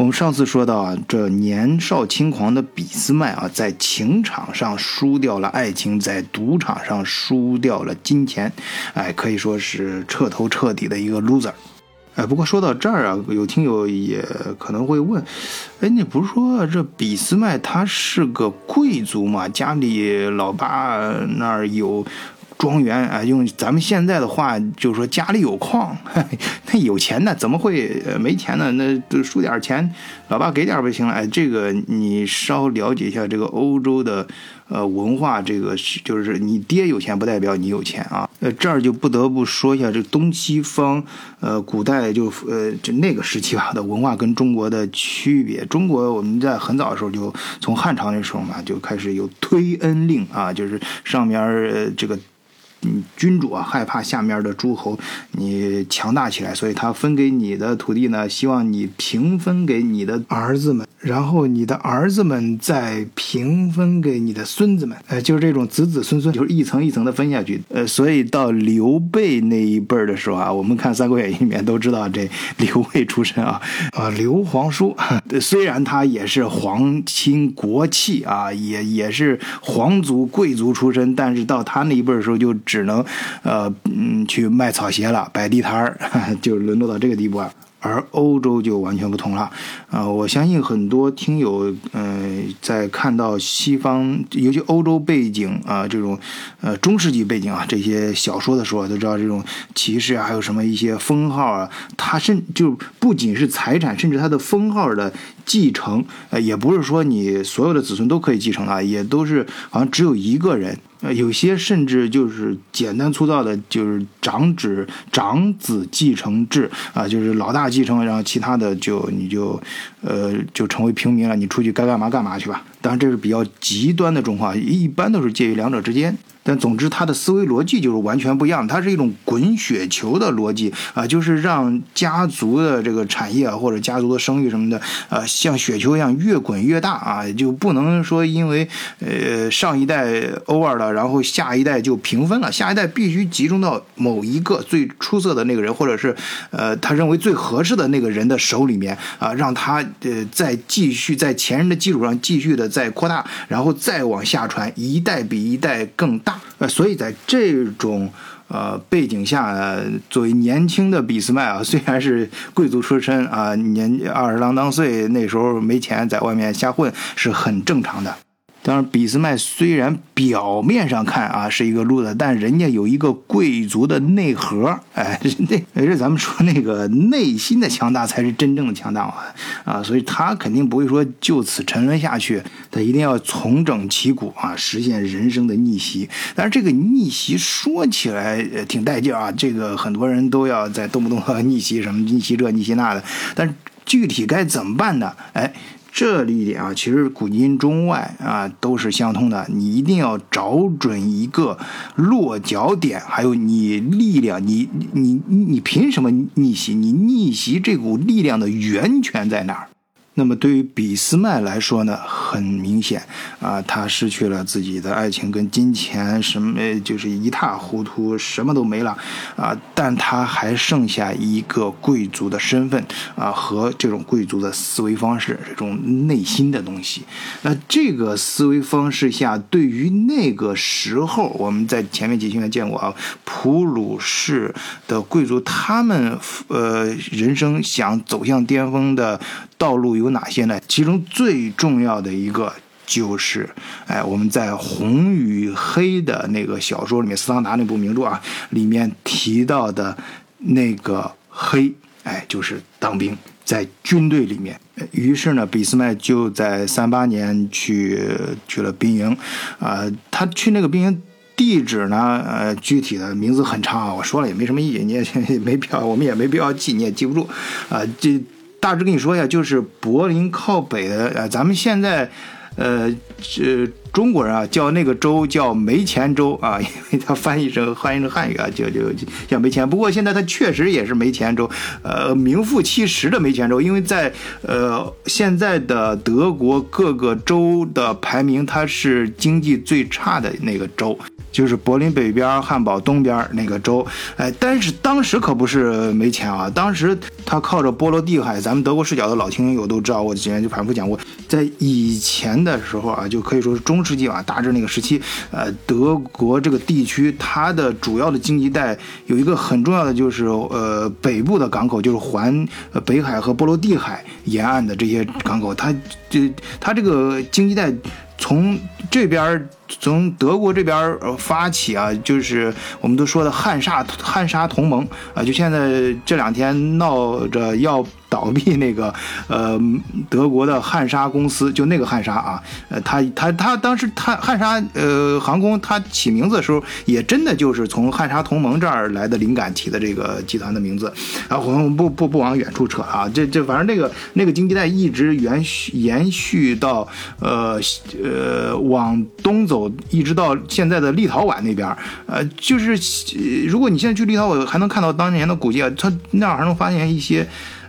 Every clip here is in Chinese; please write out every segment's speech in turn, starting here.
我们上次说到啊，这年少轻狂的俾斯麦啊，在情场上输掉了爱情，在赌场上输掉了金钱，可以说是彻头彻底的一个 loser。不过说到这儿啊，有听友也可能会问，你不是说这俾斯麦他是个贵族吗？家里老爸那儿有庄园啊，用咱们现在的话就是说家里有矿，那有钱呢怎么会没钱呢？那就输点钱，老爸给点不行了？这个你稍了解一下这个欧洲的文化，这个就是你爹有钱不代表你有钱啊。这儿就不得不说一下这东西方古代就那个时期吧的文化跟中国的区别。中国我们在很早的时候就从汉朝那时候嘛就开始有推恩令啊，就是上面这个君主啊害怕下面的诸侯你强大起来，所以他分给你的土地呢，希望你平分给你的儿子们，然后你的儿子们再平分给你的孙子们，就是这种子子孙孙，就是一层一层的分下去。所以到刘备那一辈的时候啊，我们看《三国演义》里面都知道这刘备出身啊，刘皇叔，虽然他也是皇亲国戚啊，也是皇族贵族出身，但是到他那一辈的时候就只能去卖草鞋了，摆地摊就沦落到这个地步啊。而欧洲就完全不同了，我相信很多听友在看到西方尤其欧洲背景啊这种中世纪背景啊这些小说的时候都知道这种骑士啊还有什么一些封号啊，它就不仅是财产，甚至它的封号的继承也不是说你所有的子孙都可以继承啊，也都是好像只有一个人。有些甚至就是简单粗糙的，就是长子继承制啊，就是老大继承，然后其他的你就成为平民了，你出去该干嘛干嘛去吧。当然这是比较极端的状况，一般都是介于两者之间。但总之他的思维逻辑就是完全不一样，它是一种滚雪球的逻辑啊，就是让家族的这个产业或者家族的声誉什么的像雪球一样越滚越大啊，就不能说因为上一代 over 了，然后下一代就平分了，下一代必须集中到某一个最出色的那个人，或者是他认为最合适的那个人的手里面啊，让他再继续在前人的基础上继续的再扩大，然后再往下传，一代比一代更大。所以在这种背景下，作为年轻的俾斯麦啊，虽然是贵族出身啊，20郎当岁，那时候没钱，在外面瞎混是很正常的。当然俾斯麦虽然表面上看啊是一个 loser， 但人家有一个贵族的内核，这咱们说那个内心的强大才是真正的强大啊，所以他肯定不会说就此沉沦下去，他一定要重整旗鼓啊，实现人生的逆袭。但是这个逆袭说起来挺带劲啊，这个很多人都要在动不动逆袭什么逆袭这逆袭那的，但是具体该怎么办呢？这里一点啊，其实古今中外啊都是相通的。你一定要找准一个落脚点，还有你力量，你凭什么逆袭？你逆袭这股力量的源泉在哪儿？那么对于俾斯麦来说呢，很明显啊，他失去了自己的爱情跟金钱，什么就是一塌糊涂，什么都没了啊。但他还剩下一个贵族的身份啊，和这种贵族的思维方式，这种内心的东西。那这个思维方式下，对于那个时候我们在前面几期里面见过啊，普鲁士的贵族，他们人生想走向巅峰的道路有哪些呢？其中最重要的一个就是我们在《红与黑》的那个小说里面，斯汤达那部名著啊里面提到的那个黑，就是当兵，在军队里面。于是呢，俾斯麦就在38年去了兵营他去那个兵营地址呢具体的名字很长啊，我说了也没什么意义，你也没必要，我们也没必要记，你也记不住这大致跟你说一下，就是柏林靠北的咱们现在中国人啊叫那个州叫没钱州啊，因为它翻译成汉语啊，就叫没钱。不过现在它确实也是没钱州，名副其实的没钱州，因为在现在的德国各个州的排名，它是经济最差的那个州。 就是柏林北边、汉堡东边那个州。但是当时可不是没钱啊，当时他靠着波罗的海，咱们德国视角的老听友都知道，我之前就反复讲过，在以前的时候啊，就可以说是中世纪啊，大致那个时期，德国这个地区它的主要的经济带有一个很重要的就是北部的港口，就是环北海和波罗的海沿岸的这些港口，它这个经济带从德国这边发起啊，就是我们都说的汉沙同盟啊，就现在这2天闹着要倒闭那个德国的汉莎公司，就那个汉莎啊，他当时汉莎航空他起名字的时候，也真的就是从汉莎同盟这儿来的灵感起的这个集团的名字。然后我们不往远处扯啊，这反正那个经济带一直延续到往东走，一直到现在的立陶宛那边。就是如果你现在去立陶宛，还能看到当年的古迹啊，它那儿还能发现一些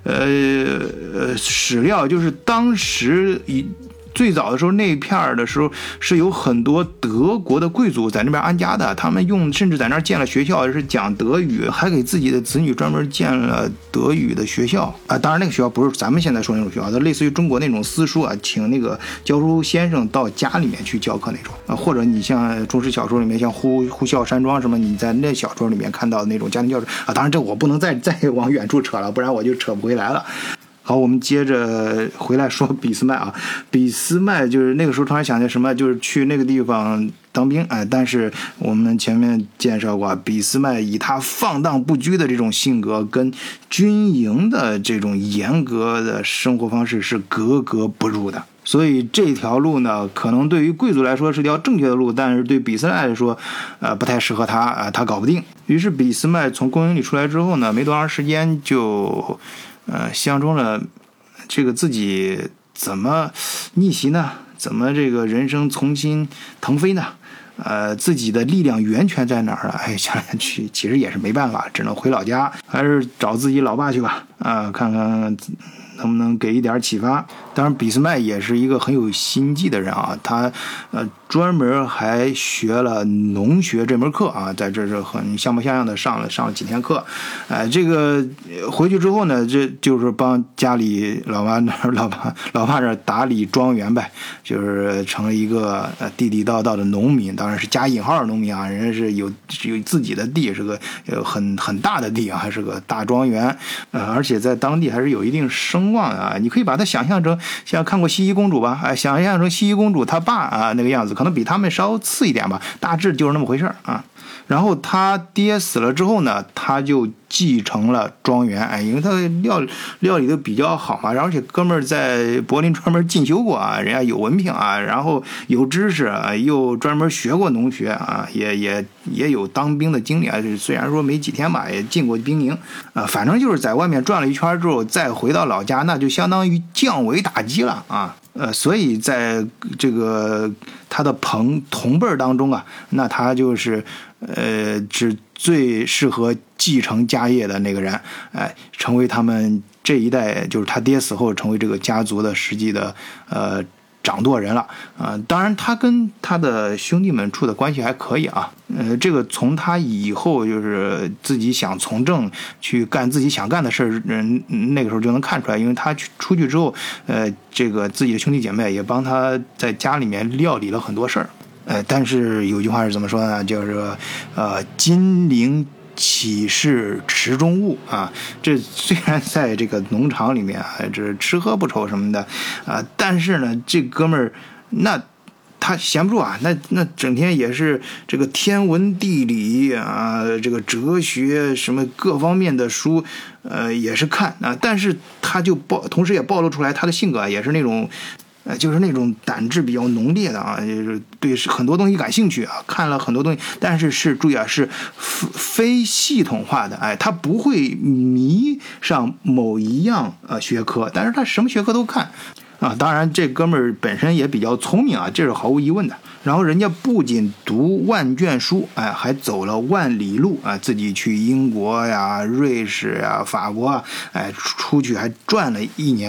史料，就是当时最早的时候那片的时候是有很多德国的贵族在那边安家的，他们甚至在那儿建了学校，是讲德语，还给自己的子女专门建了德语的学校啊。当然那个学校不是咱们现在说那种学校，它类似于中国那种私塾啊，请那个教书先生到家里面去教课那种啊，或者你像中式小说里面像呼啸山庄什么，你在那小说里面看到的那种家庭教师啊。当然这我不能再往远处扯了，不然我就扯不回来了。好，我们接着回来说俾斯麦啊。俾斯麦就是那个时候突然想起什么，就是去那个地方当兵。但是我们前面介绍过，俾斯麦以他放荡不拘的这种性格跟军营的这种严格的生活方式是格格不入的。所以这条路呢，可能对于贵族来说是条正确的路，但是对俾斯麦来说，不太适合他，他搞不定。于是俾斯麦从公营里出来之后呢，没多长时间就相中了这个自己怎么逆袭呢？怎么这个人生重新腾飞呢？自己的力量源泉在哪儿了？想来去其实也是没办法，只能回老家，还是找自己老爸去吧。看看能不能给一点启发。当然俾斯麦也是一个很有心计的人啊，他专门还学了农学这门课啊，在这是很像模像样的上了几天课。这个回去之后呢，这就是帮家里老爸这儿打理庄园呗，就是成了一个地道的农民，当然是加引号的农民啊，人家是有自己的地，是个很大的地啊，还是个大庄园，而且在当地还是有一定声望啊。你可以把它想象成像看过西西公主吧，想象成西西公主她爸那个样子，可能比他们稍次一点吧，大致就是那么回事啊。然后他爹死了之后呢，他就继承了庄园，因为他料理的比较好嘛，而且哥们儿在柏林专门进修过啊，人家有文凭啊，然后有知识啊，又专门学过农学啊，也有当兵的经历啊，虽然说没几天吧，也进过兵营反正就是在外面转了一圈之后再回到老家，那就相当于降维打击了啊。所以在这个他的同辈当中啊，那他就是是最适合继承家业的那个人，成为他们这一代，就是他爹死后成为这个家族的实际的掌舵人了。当然他跟他的兄弟们处的关系还可以啊。这个从他以后就是自己想从政去干自己想干的事儿，那个时候就能看出来，因为他出去之后，这个自己的兄弟姐妹也帮他在家里面料理了很多事儿。但是有句话是怎么说呢？就是金陵岂是池中物啊！这虽然在这个农场里面这吃喝不愁什么的但是呢，这哥们儿那他闲不住啊，那整天也是这个天文地理这个哲学什么各方面的书也是看但是他就同时也暴露出来他的性格也是那种就是那种胆汁比较浓烈的就是对很多东西感兴趣看了很多东西，但是注意是非系统化的，他不会迷上某一样学科，但是他什么学科都看当然这哥们儿本身也比较聪明这是毫无疑问的。然后人家不仅读万卷书还走了万里路自己去英国呀、瑞士呀、法国出去还转了1年。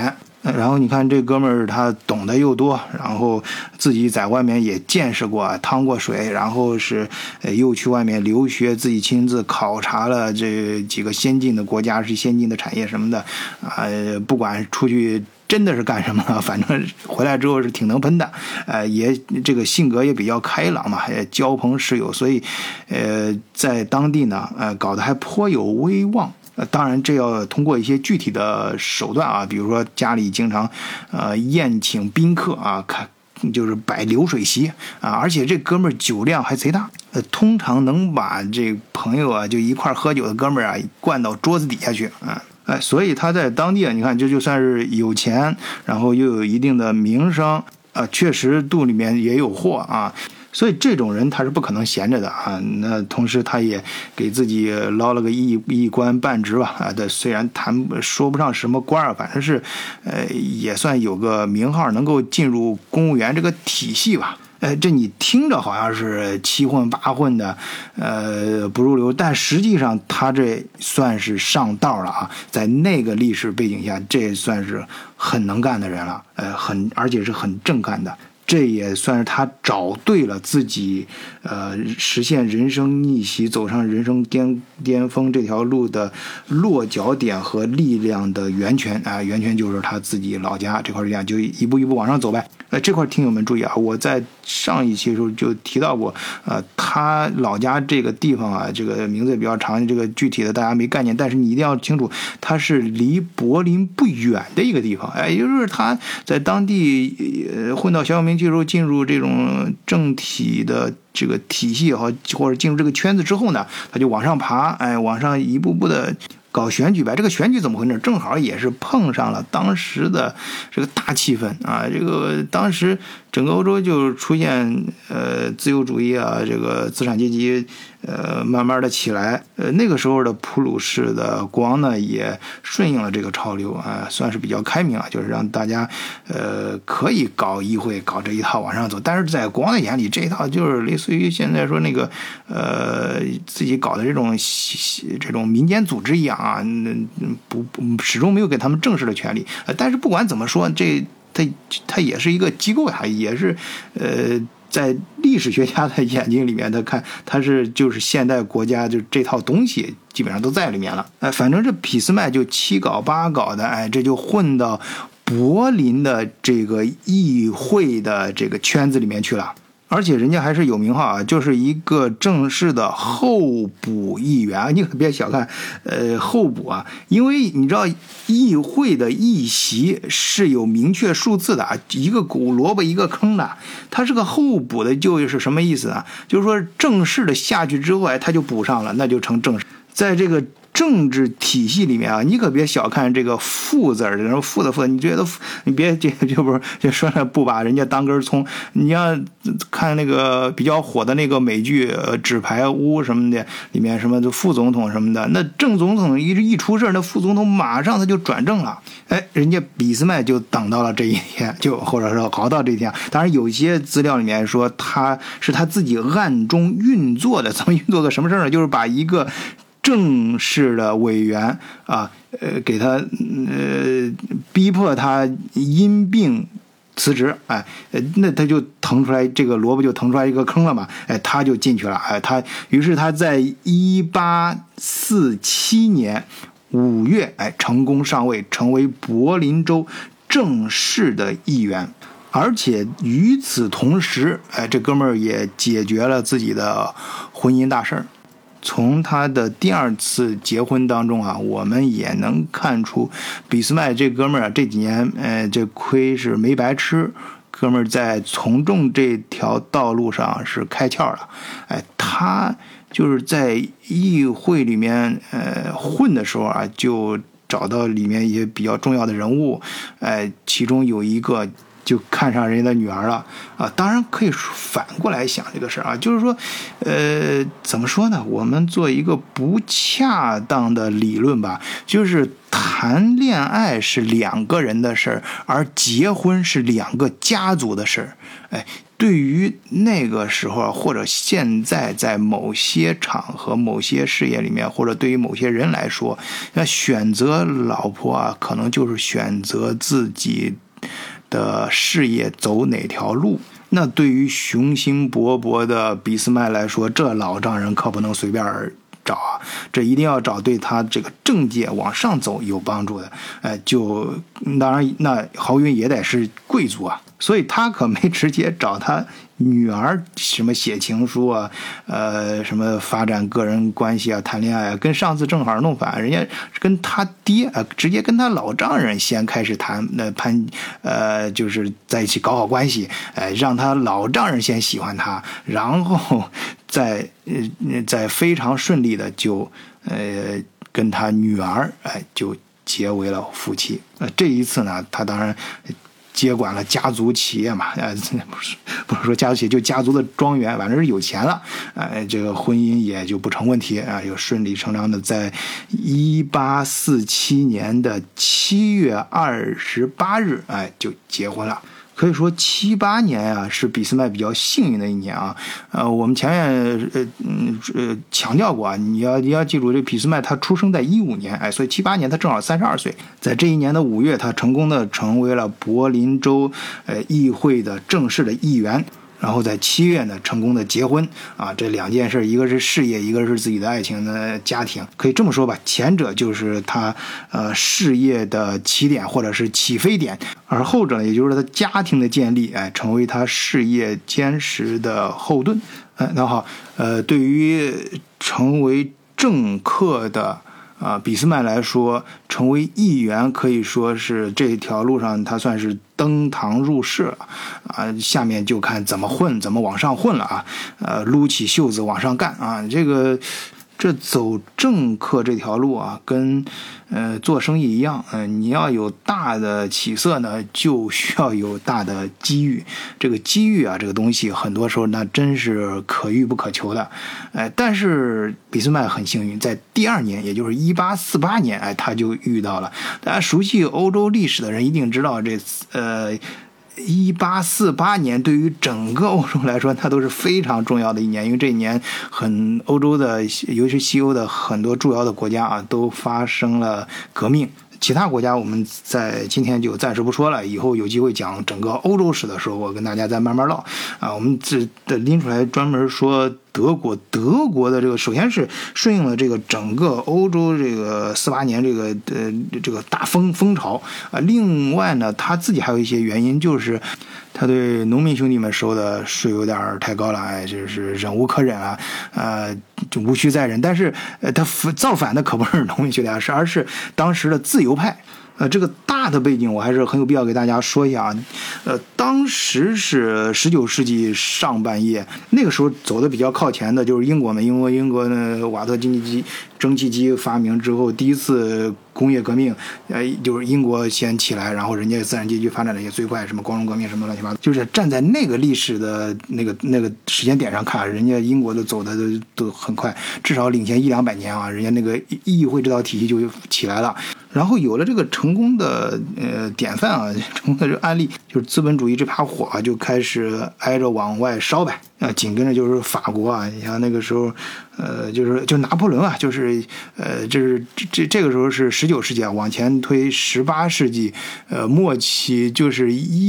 然后你看这哥们儿他懂得又多，然后自己在外面也见识过趟过水，然后是又去外面留学，自己亲自考察了这几个先进的国家是先进的产业什么的不管出去真的是干什么，反正回来之后是挺能喷的，也这个性格也比较开朗嘛，也交朋识友，所以在当地呢搞得还颇有威望。当然这要通过一些具体的手段啊，比如说家里经常宴请宾客啊，就是摆流水席啊，而且这哥们儿酒量还贼大，通常能把这朋友啊就一块喝酒的哥们儿啊灌到桌子底下去啊。所以他在当地啊，你看这就算是有钱，然后又有一定的名声啊，确实肚里面也有货啊。所以这种人他是不可能闲着的啊。那同时他也给自己捞了个一官半职吧啊。虽然说不上什么官反正是也算有个名号，能够进入公务员这个体系吧。这你听着好像是七混八混的不入流，但实际上他这算是上道了啊。在那个历史背景下，这算是很能干的人了，而且是很正干的。这也算是他找对了自己实现人生逆袭走上人生巅峰这条路的落脚点和力量的源泉啊。源泉就是他自己老家这块力量，就一步一步往上走呗。这块听友们注意啊，我在上一期的时候就提到过他老家这个地方啊，这个名字也比较长，这个具体的大家没概念，但是你一定要清楚，它是离柏林不远的一个地方。也就是他在当地混到小有名气的时候，进入这种政体的这个体系也好，或者进入这个圈子之后呢，他就往上爬，往上一步步的搞选举呗。这个选举怎么回事？正好也是碰上了当时的这个大气氛啊。这个当时整个欧洲就出现自由主义啊，这个资产阶级慢慢的起来。那个时候的普鲁士的国王呢也顺应了这个潮流啊，算是比较开明啊，就是让大家可以搞议会，搞这一套往上走。但是在国王的眼里，这一套就是类似于现在说那个自己搞的这种民间组织一样啊，始终没有给他们正式的权利。但是不管怎么说，它也是一个机构呀，也是在历史学家的眼睛里面，他看他就是现代国家就这套东西基本上都在里面了。反正这俾斯麦就七搞八搞的，这就混到柏林的这个议会的这个圈子里面去了。而且人家还是有名号啊，就是一个正式的候补议员。你可别小看候补啊，因为你知道议会的议席是有明确数字的，一个胡萝卜一个坑的。它是个候补的，就是什么意思啊？就是说正式的下去之后，他就补上了，那就成正式。在这个政治体系里面啊，你可别小看这个副字儿，这种副的，你觉得你别就不是就说了不把人家当根葱。你要看那个比较火的那个美剧纸牌屋什么的，里面什么的副总统什么的，那正总统一出事，那副总统马上他就转正了。人家俾斯麦就等到了这一天，就或者说熬到这一天。当然有些资料里面说他自己暗中运作的，怎么运作个什么事呢？就是把一个正式的委员啊，给他逼迫他因病辞职，那他就腾出来这个萝卜就腾出来一个坑了嘛，他就进去了，于是他在1847年5月，成功上位，成为柏林州正式的议员。而且与此同时，这哥们儿也解决了自己的婚姻大事儿。从他的第二次结婚当中啊，我们也能看出俾斯麦这哥们儿这几年这亏是没白吃。哥们儿在从政这条道路上是开窍了。他就是在议会里面混的时候啊，就找到里面一些比较重要的人物，其中有一个就看上人家的女儿了啊。当然可以反过来想这个事啊，就是说怎么说呢，我们做一个不恰当的理论吧，就是谈恋爱是两个人的事儿，而结婚是两个家族的事儿。对对于那个时候或者现在在某些场合、某些事业里面，或者对于某些人来说，那选择老婆啊，可能就是选择自己的事业走哪条路。那对于雄心勃勃的俾斯麦来说，这老丈人可不能随便找啊，这一定要找对他这个政界往上走有帮助的。当然，那豪云也得是贵族啊，所以他可没直接找他女儿什么写情书啊，什么发展个人关系啊，谈恋爱啊，跟上次正好弄反，人家跟他爹直接跟他老丈人先开始谈，就是在一起搞好关系，让他老丈人先喜欢他，然后再非常顺利的就跟他女儿就结为了夫妻。这一次呢，他当然接管了家族企业嘛，不是说家族企业，就家族的庄园，反正是有钱了，这个婚姻也就不成问题啊，就顺理成章的在1847年的7月28日，就结婚了。可以说78年啊是俾斯麦比较幸运的一年啊。我们前面强调过啊，你要记住，这俾斯麦他出生在15年，所以78年他正好32岁。在这一年的5月，他成功的成为了柏林州议会的正式的议员。然后在7月呢，成功的结婚啊，这两件事，一个是事业，一个是自己的爱情的家庭。可以这么说吧，前者就是他事业的起点或者是起飞点，而后者呢，也就是他家庭的建立，成为他事业坚实的后盾。那好，对于成为政客的俾斯麦来说，成为议员可以说是这条路上他算是登堂入室了啊，下面就看怎么混，怎么往上混了啊，撸起袖子往上干啊，这走政客这条路啊，跟做生意一样，你要有大的起色呢，就需要有大的机遇。这个机遇啊，这个东西很多时候那真是可遇不可求的。但是俾斯麦很幸运，在第2年，也就是1848年，他就遇到了。大家熟悉欧洲历史的人一定知道，1848年对于整个欧洲来说，它都是非常重要的一年，因为这一年欧洲的，尤其是西欧的很多主要的国家啊，都发生了革命。其他国家我们在今天就暂时不说了，以后有机会讲整个欧洲史的时候，我跟大家再慢慢唠啊。我们拎出来专门说德国的这个，首先是顺应了这个整个欧洲这个48年这个大风潮啊。另外呢，他自己还有一些原因，就是他对农民兄弟们收的税有点太高了，就是忍无可忍啊，就无需再忍。但是他造反的可不是农民兄弟而是当时的自由派。这个大的背景我还是很有必要给大家说一下啊。当时是19世纪上半叶，那个时候走的比较靠前的就是英国嘛，英国呢，瓦特蒸汽机发明之后，第一次工业革命，就是英国先起来，然后人家自然阶级发展的也最快，什么光荣革命什么乱七八糟，就是站在那个历史的那个时间点上看，人家英国的走的都很快，至少领先100-200年啊，人家那个议会这套体系就起来了。然后有了这个成功的典范啊，成功的这个案例，就是资本主义这把火啊，就开始挨着往外烧呗。紧跟着就是法国啊，你像那个时候，就拿破仑啊，就是这个时候是19世纪啊，往前推18世纪，末期就是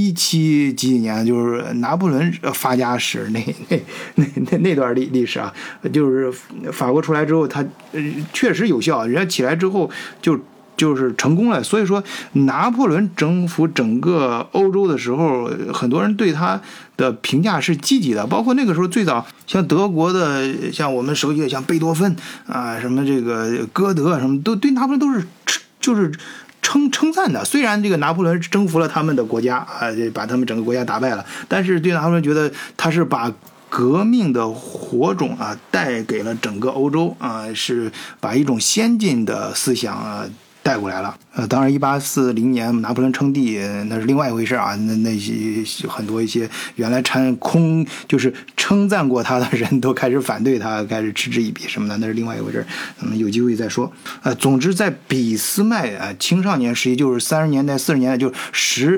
17几年，就是拿破仑发家史那段历史啊，就是法国出来之后，他确实有效，人家起来之后就是成功了。所以说拿破仑征服整个欧洲的时候，很多人对他的评价是积极的，包括那个时候最早像德国的，像我们熟悉的像贝多芬啊，什么这个歌德什么，都对拿破仑都是就是称赞的。虽然这个拿破仑征服了他们的国家啊，把他们整个国家打败了，但是对拿破仑觉得他是把革命的火种啊带给了整个欧洲啊，是把一种先进的思想啊带过来了。当然1840年拿破仑称帝那是另外一回事啊，那些很多一些原来就是称赞过他的人都开始反对他，开始嗤之以鼻什么的，那是另外一回事。有机会再说。总之在俾斯麦青少年时期，就是30年代40年代，就是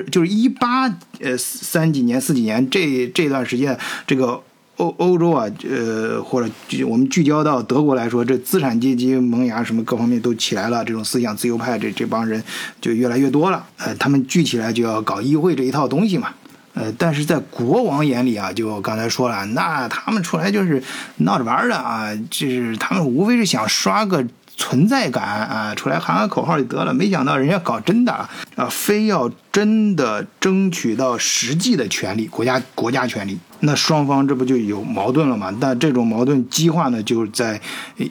18几年4几年这段时间，这个欧洲啊，或者我们聚焦到德国来说，这资产阶级萌芽什么各方面都起来了，这种思想自由派这帮人就越来越多了。他们聚起来就要搞议会这一套东西嘛。但是在国王眼里啊，就刚才说了，那他们出来就是闹着玩的啊，就是他们无非是想刷个存在感啊，出来喊口号就得了。没想到人家搞真的啊，非要真的争取到实际的权利，国家权利。那双方这不就有矛盾了吗？但这种矛盾激化呢，就在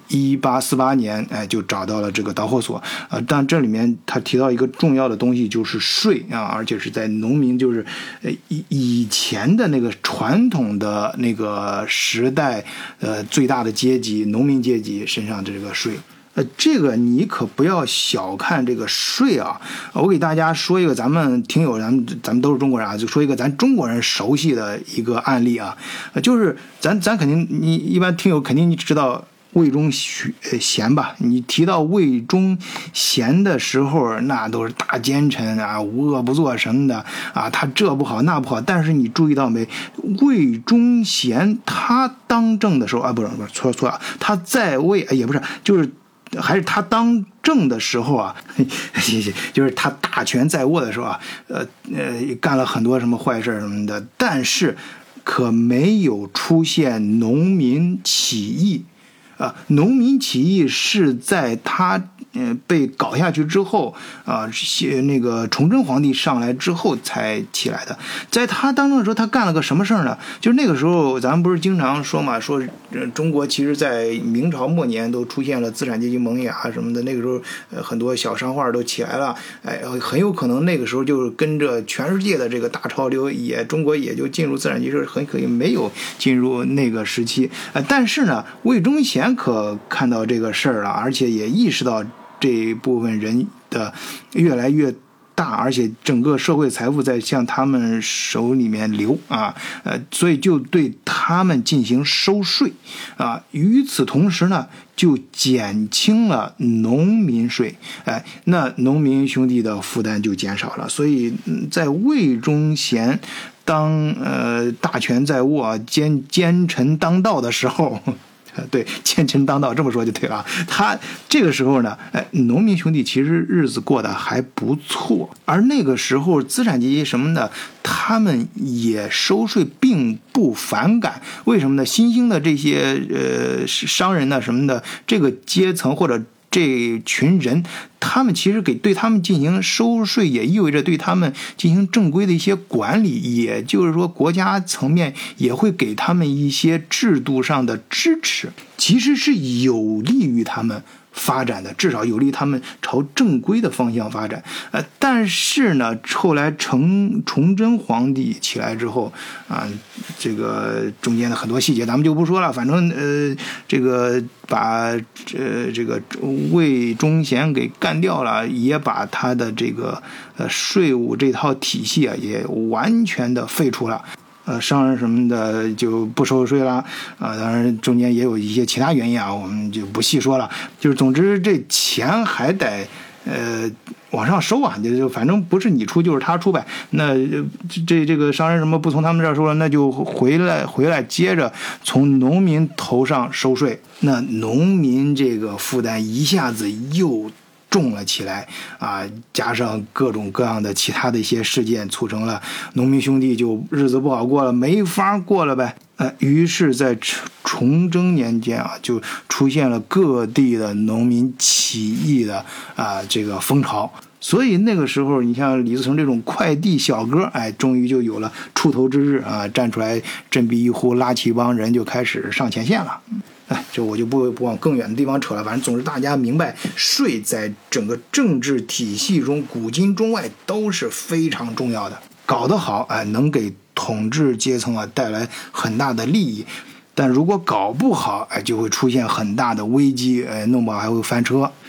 1848年，就找到了这个导火索。但这里面他提到一个重要的东西，就是税啊，而且是在农民，就是以前的那个传统的那个时代，最大的阶级农民阶级身上的这个税。这个你可不要小看这个税啊！我给大家说一个咱们听友，咱们都是中国人啊，就说一个咱中国人熟悉的一个案例啊，就是咱肯定你一般听友肯定你知道魏忠贤吧？你提到魏忠贤的时候，那都是大奸臣啊，无恶不作什么的啊，他这不好那不好。但是你注意到没？魏忠贤他当政的时候啊，不是错了，他在位也不是，就是还是他当政的时候啊，就是他大权在握的时候啊，干了很多什么坏事什么的，但是可没有出现农民起义。农民起义是在他被搞下去之后啊，那个崇祯皇帝上来之后才起来的。在他当政的时候，他干了个什么事儿呢？就是那个时候，咱们不是经常说嘛，说中国其实在明朝末年都出现了资产阶级萌芽什么的。那个时候，很多小商贩都起来了，很有可能那个时候就是跟着全世界的这个大潮流，中国也就进入资产阶级，很可能没有进入那个时期。但是呢，魏忠贤可看到这个事儿了，而且也意识到这一部分人的越来越大，而且整个社会财富在向他们手里面流啊，所以就对他们进行收税啊。与此同时呢，就减轻了农民税，那农民兄弟的负担就减少了。所以在魏忠贤当大权在握、奸臣当道的时候。对，奸臣当道，这么说就对了。他这个时候呢，农民兄弟其实日子过得还不错，而那个时候资产阶级什么的，他们也收税并不反感。为什么呢？新兴的这些商人呢什么的，这个阶层或者这群人，他们其实对他们进行收税，也意味着对他们进行正规的一些管理，也就是说国家层面也会给他们一些制度上的支持，其实是有利于他们发展的，至少有利他们朝正规的方向发展。但是呢，后来崇祯皇帝起来之后啊，这个中间的很多细节咱们就不说了，反正这个把这个魏忠贤给干掉了，也把他的这个税务这套体系啊也完全的废除了。商人什么的就不收税了啊，当然中间也有一些其他原因啊，我们就不细说了。就是总之这钱还得往上收啊，就反正不是你出就是他出呗。那这个商人什么不从他们这儿收了，那就回来接着从农民头上收税。那农民这个负担一下子又重了起来啊，加上各种各样的其他的一些事件，促成了农民兄弟就日子不好过了，没法过了呗。于是在崇祯年间啊，就出现了各地的农民起义的这个风潮。所以那个时候，你像李自成这种快递小哥，终于就有了出头之日啊，站出来振臂一呼，拉起一帮人就开始上前线了。这我就不往更远的地方扯了，反正总之大家明白，税在整个政治体系中古今中外都是非常重要的，搞得好能给统治阶层带来很大的利益，但如果搞不好就会出现很大的危机，弄不好还会翻车。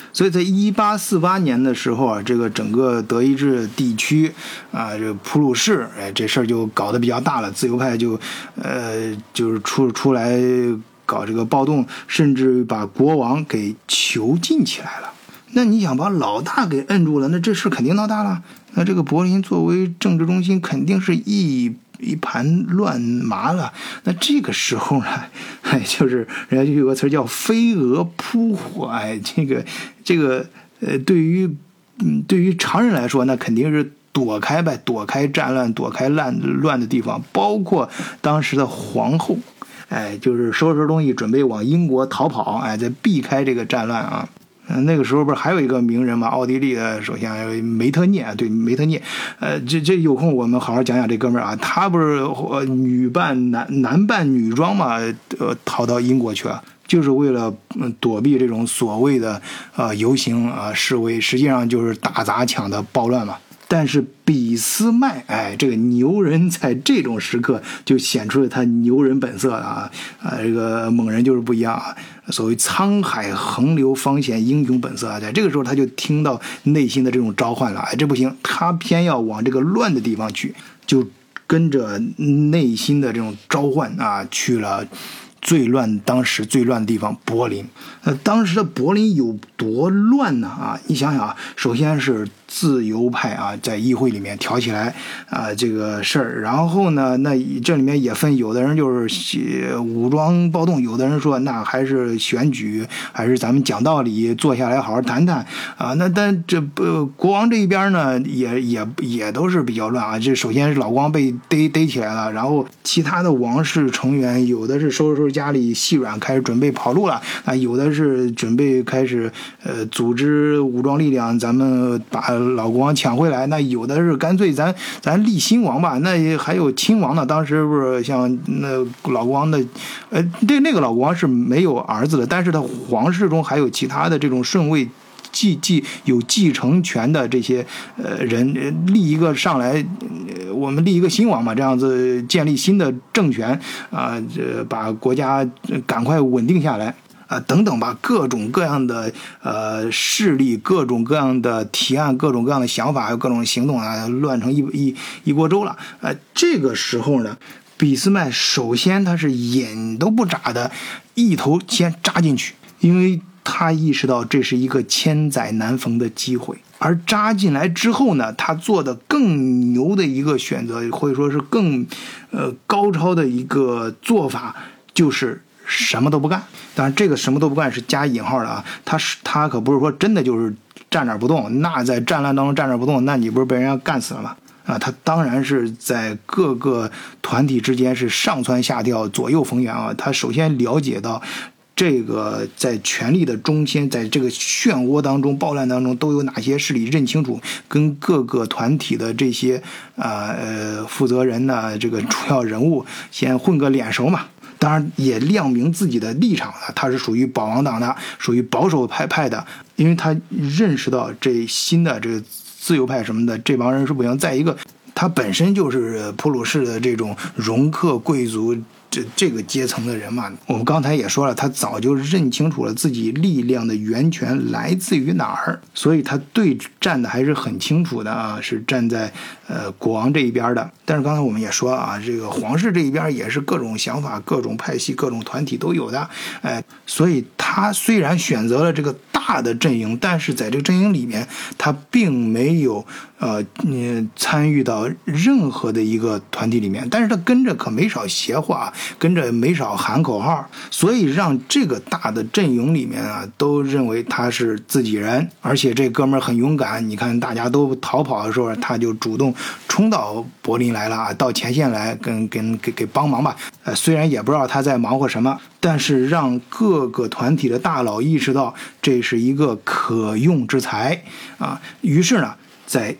所以在1848年的时候啊，这个整个德意志地区啊，这个普鲁士，这事儿就搞得比较大了，自由派就是出来搞这个暴动，甚至把国王给囚禁起来了。那你想把老大给摁住了，那这事肯定闹大了。那这个柏林作为政治中心，肯定是一盘乱麻了。那这个时候呢，就是人家就有个词叫飞蛾扑火，这个对于常人来说，那肯定是躲开战乱，躲开乱的地方，包括当时的皇后，就是收拾东西准备往英国逃跑，再避开这个战乱啊。那个时候不是还有一个名人嘛，奥地利的首相梅特涅，对，梅特涅，这有空我们好好讲讲这哥们儿啊，他不是男扮女装嘛，逃到英国去了，就是为了躲避这种所谓的游行啊示威，实际上就是打砸抢的暴乱嘛。但是俾斯麦，这个牛人在这种时刻就显出了他牛人本色了啊！这个猛人就是不一样啊！所谓沧海横流方显英雄本色啊，在这个时候他就听到内心的这种召唤了，这不行，他偏要往这个乱的地方去，就跟着内心的这种召唤啊去了。当时最乱的地方柏林。当时的柏林有多乱呢啊？你想想啊，首先是自由派啊在议会里面挑起来啊这个事儿，然后呢，那这里面也分，有的人就是武装暴动，有的人说那还是选举，还是咱们讲道理，坐下来好好谈谈啊。那但这国王这一边呢，也都是比较乱啊。这首先是老国王被逮起来了，然后其他的王室成员有的是收拾家里细软，开始准备跑路了啊，有的是准备开始组织武装力量，咱们把老国王抢回来。那有的是干脆咱立新王吧。那还有亲王呢，当时不是像那老国王的那个老国王是没有儿子的，但是他皇室中还有其他的这种顺位有继承权的这些人，立一个上来，我们立一个新王嘛，这样子建立新的政权啊，把国家赶快稳定下来啊，等等吧，各种各样的势力，各种各样的提案，各种各样的想法，还有各种行动啊，乱成一锅粥了。这个时候呢，俾斯麦首先他是眼都不眨的，一头先扎进去，因为他意识到这是一个千载难逢的机会。而扎进来之后呢，他做的更牛的一个选择，或者说是更高超的一个做法，就是什么都不干。当然这个什么都不干是加引号的啊，他可不是说真的就是站那儿不动，那在战乱当中站那儿不动，那你不是被人家干死了吗？啊，他当然是在各个团体之间是上蹿下跳，左右逢源啊。他首先了解到这个在权力的中心，在这个漩涡当中、暴乱当中都有哪些势力，认清楚，跟各个团体的这些负责人呢，这个主要人物先混个脸熟嘛。当然也亮明自己的立场了，他是属于保王党的，属于保守派的，因为他认识到这新的这个自由派什么的这帮人是不行。再一个，他本身就是普鲁士的这种容克贵族这个阶层的人嘛，我们刚才也说了，他早就认清楚了自己力量的源泉来自于哪儿，所以他对站的还是很清楚的啊，是站在国王这一边的。但是刚才我们也说啊，这个皇室这一边也是各种想法、各种派系、各种团体都有的，所以他虽然选择了这个大的阵营，但是在这个阵营里面，他并没有参与到任何的一个团体里面，但是他跟着可没少邪话，跟着没少喊口号，所以让这个大的阵营里面啊，都认为他是自己人，而且这哥们儿很勇敢。你看大家都逃跑的时候，他就主动冲到柏林来了，到前线来给帮忙吧。虽然也不知道他在忙活什么，但是让各个团体的大佬意识到这是一个可用之才啊。于是呢，在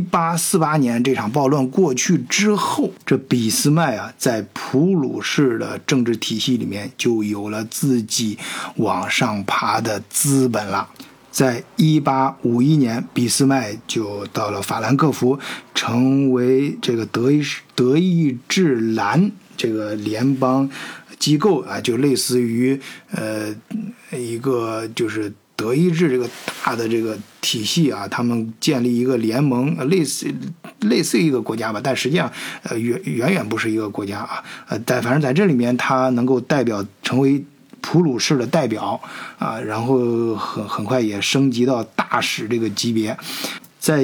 1848年这场暴乱过去之后，这俾斯麦啊，在普鲁士的政治体系里面就有了自己往上爬的资本了。在1851年，俾斯麦就到了法兰克福，成为这个德意志兰这个联邦机构啊，就类似于一个就是德意志这个大的这个体系啊，他们建立一个联盟，类似于一个国家吧，但实际上远远不是一个国家啊。但反正在这里面，他能够代表成为普鲁士的代表啊，然后很快也升级到大使这个级别。在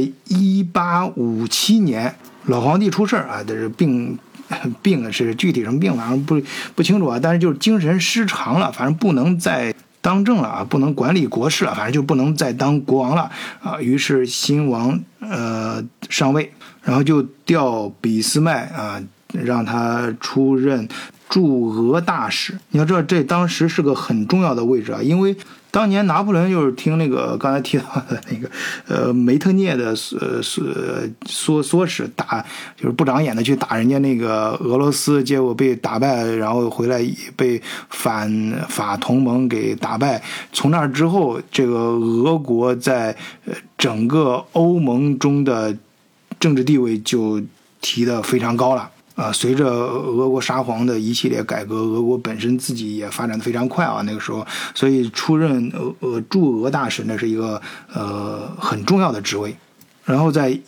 1857年，老皇帝出事啊，这是病是具体什么病，反正不清楚啊，但是就是精神失常了，反正不能再当政了啊，不能管理国事了，反正就不能再当国王了啊。于是新王上位，然后就调俾斯麦啊，让他出任驻俄大使。你要知道，这当时是个很重要的位置啊，因为当年拿破仑就是听那个刚才提到的那个梅特涅的唆使打，就是不长眼的去打人家那个俄罗斯，结果被打败，然后回来被反法同盟给打败。从那之后，这个俄国在整个欧盟中的政治地位就提得非常高了。随着俄国沙皇的一系列改革，俄国本身自己也发展得非常快啊，那个时候，所以出任驻俄大使那是一个很重要的职位。然后在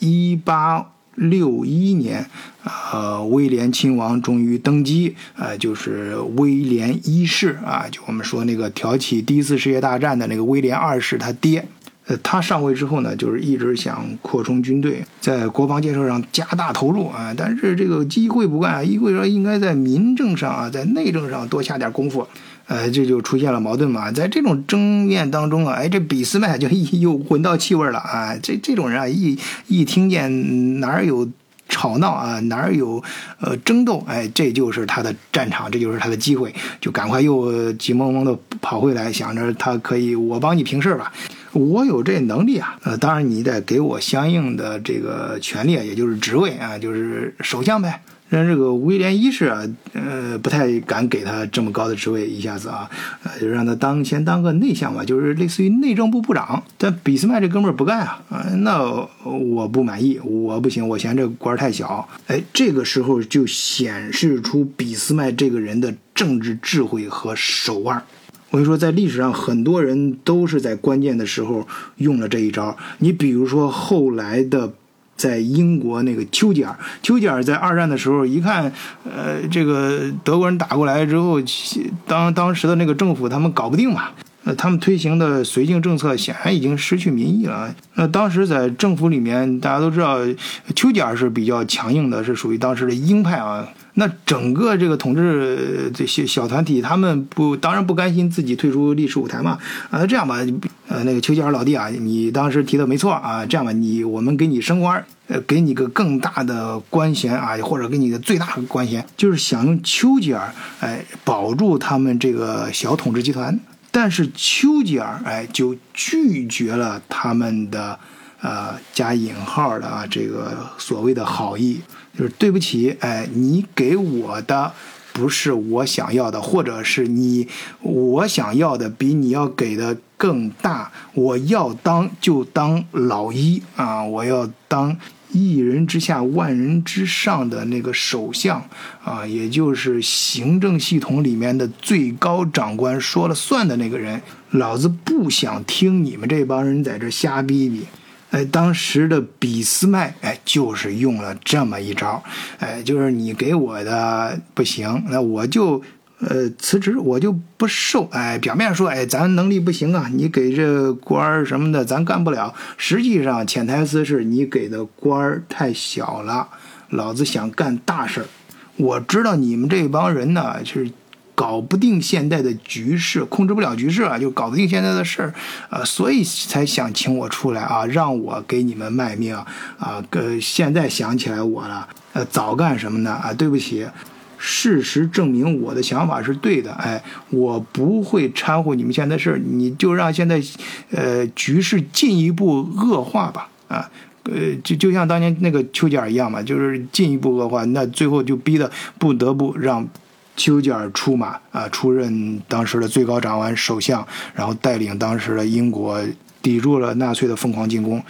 1861年，威廉亲王终于登基，就是威廉一世啊，就我们说那个挑起第一次世界大战的那个威廉二世他爹。他上位之后呢，就是一直想扩充军队，在国防建设上加大投入啊，但是这个议会不干啊，议会说应该在民政上啊，在内政上多下点功夫，这就出现了矛盾嘛。在这种争辩当中啊，这俾斯麦就又闻到气味了啊，这种人啊，一听见哪儿有吵闹啊，哪儿有争斗，这就是他的战场，这就是他的机会，就赶快又急忙忙的跑回来，想着他可以我帮你平事吧，我有这能力啊，当然你得给我相应的这个权利，也就是职位啊，就是首相呗。但这个威廉一世啊，不太敢给他这么高的职位，一下子啊，就让他先当个内相吧，就是类似于内政部部长。但俾斯麦这哥们儿不干啊，那我不满意，我不行，我嫌这个官太小。这个时候就显示出俾斯麦这个人的政治智慧和手腕。我跟你说，在历史上很多人都是在关键的时候用了这一招。你比如说后来的在英国那个丘吉尔在二战的时候一看，这个德国人打过来之后，当时的那个政府他们搞不定嘛，他们推行的绥靖政策显然已经失去民意了。那当时在政府里面，大家都知道丘吉尔是比较强硬的，是属于当时的鹰派啊。那整个这个统治这些小团体，他们当然不甘心自己退出历史舞台嘛。这样吧，那个丘吉尔老弟啊，你当时提的没错啊，这样吧，我们给你升官，给你个更大的官衔啊，或者给你的最大的官衔，就是想用丘吉尔保住他们这个小统治集团。但是丘吉尔就拒绝了他们的加引号的啊这个所谓的好意，就是对不起，你给我的不是我想要的，或者是我想要的比你要给的更大，我要当就当老一啊，我要当一人之下万人之上的那个首相啊，也就是行政系统里面的最高长官说了算的那个人，老子不想听你们这帮人在这瞎逼逼。当时的俾斯麦就是用了这么一招，就是你给我的不行，那我就辞职，我就不受。表面说咱能力不行啊，你给这官什么的咱干不了，实际上潜台词是你给的官太小了，老子想干大事。我知道你们这帮人呢是搞不定现在的局势，控制不了局势啊，就搞不定现在的事儿，所以才想请我出来啊，让我给你们卖命啊。现在想起来我了，早干什么呢啊？对不起，事实证明我的想法是对的，我不会掺和你们现在事儿，你就让现在局势进一步恶化吧啊。就像当年那个丘吉尔一样嘛，就是进一步恶化，那最后就逼得不得不让丘吉尔出马啊，出任当时的最高长官首相，然后带领当时的英国抵住了纳粹的疯狂进攻。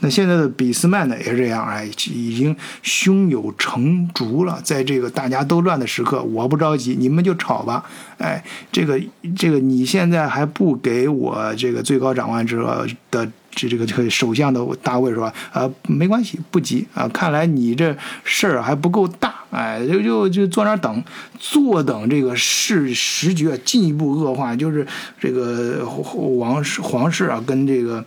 那现在的俾斯麦呢也是这样，已经胸有成竹了。在这个大家都乱的时刻，我不着急，你们就吵吧。这个你现在还不给我这个最高长官的这个首相的大位是吧？没关系，不急啊。看来你这事儿还不够大，就坐那儿等，坐等这个时局进一步恶化，就是这个皇室啊跟这个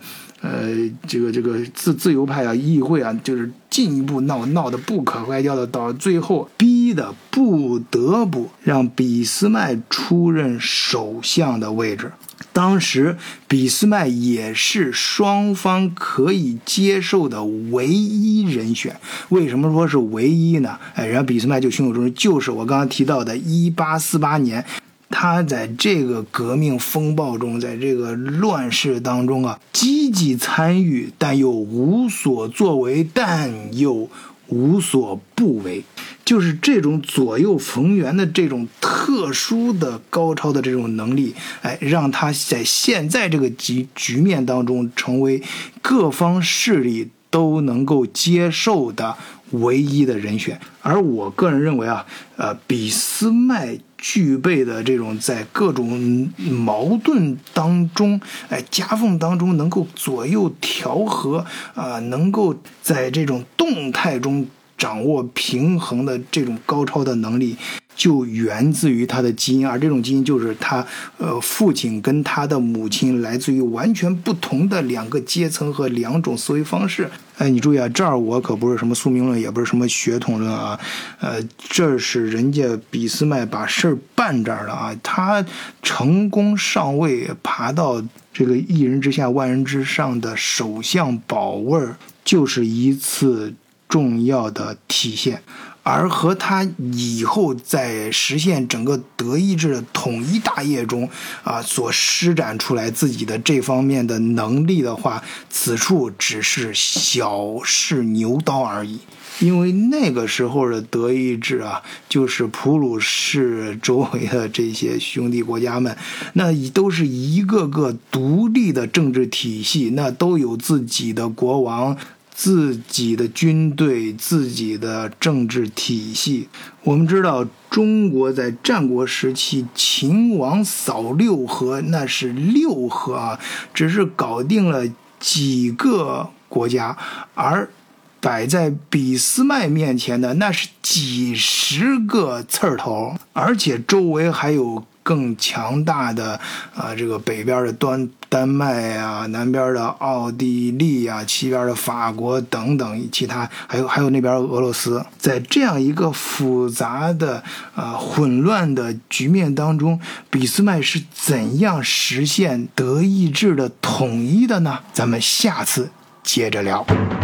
自由派啊议会啊，就是进一步闹得不可开交的，到最后逼得不得不让俾斯麦出任首相的位置。当时俾斯麦也是双方可以接受的唯一人选。为什么说是唯一呢？人家俾斯麦就胸有成竹，就是我刚刚提到的1848年，他在这个革命风暴中，在这个乱世当中啊，积极参与，但又无所作为，但又无所不为。就是这种左右逢源的这种特殊的高超的这种能力，让他在现在这个局面当中成为各方势力都能够接受的唯一的人选。而我个人认为啊，俾斯麦具备的这种在各种矛盾当中，夹缝当中能够左右调和能够在这种动态中掌握平衡的这种高超的能力，就源自于他的基因，而这种基因就是他父亲跟他的母亲来自于完全不同的两个阶层和两种思维方式。你注意啊，这儿我可不是什么宿命论，也不是什么血统论啊，这是人家俾斯麦把事儿办这儿了啊，他成功上位，爬到这个一人之下万人之上的首相宝位，就是一次重要的体现。而和他以后在实现整个德意志的统一大业中所施展出来自己的这方面的能力的话，此处只是小试牛刀而已。因为那个时候的德意志啊，就是普鲁士周围的这些兄弟国家们，那都是一个个独立的政治体系，那都有自己的国王，自己的军队，自己的政治体系。我们知道中国在战国时期秦王扫六合，那是六合啊，只是搞定了几个国家，而摆在俾斯麦面前的那是几十个刺儿头，而且周围还有更强大的这个北边的丹麦啊，南边的奥地利啊，西边的法国等等，其他还有那边俄罗斯。在这样一个复杂的混乱的局面当中，俾斯麦是怎样实现德意志的统一的呢？咱们下次接着聊。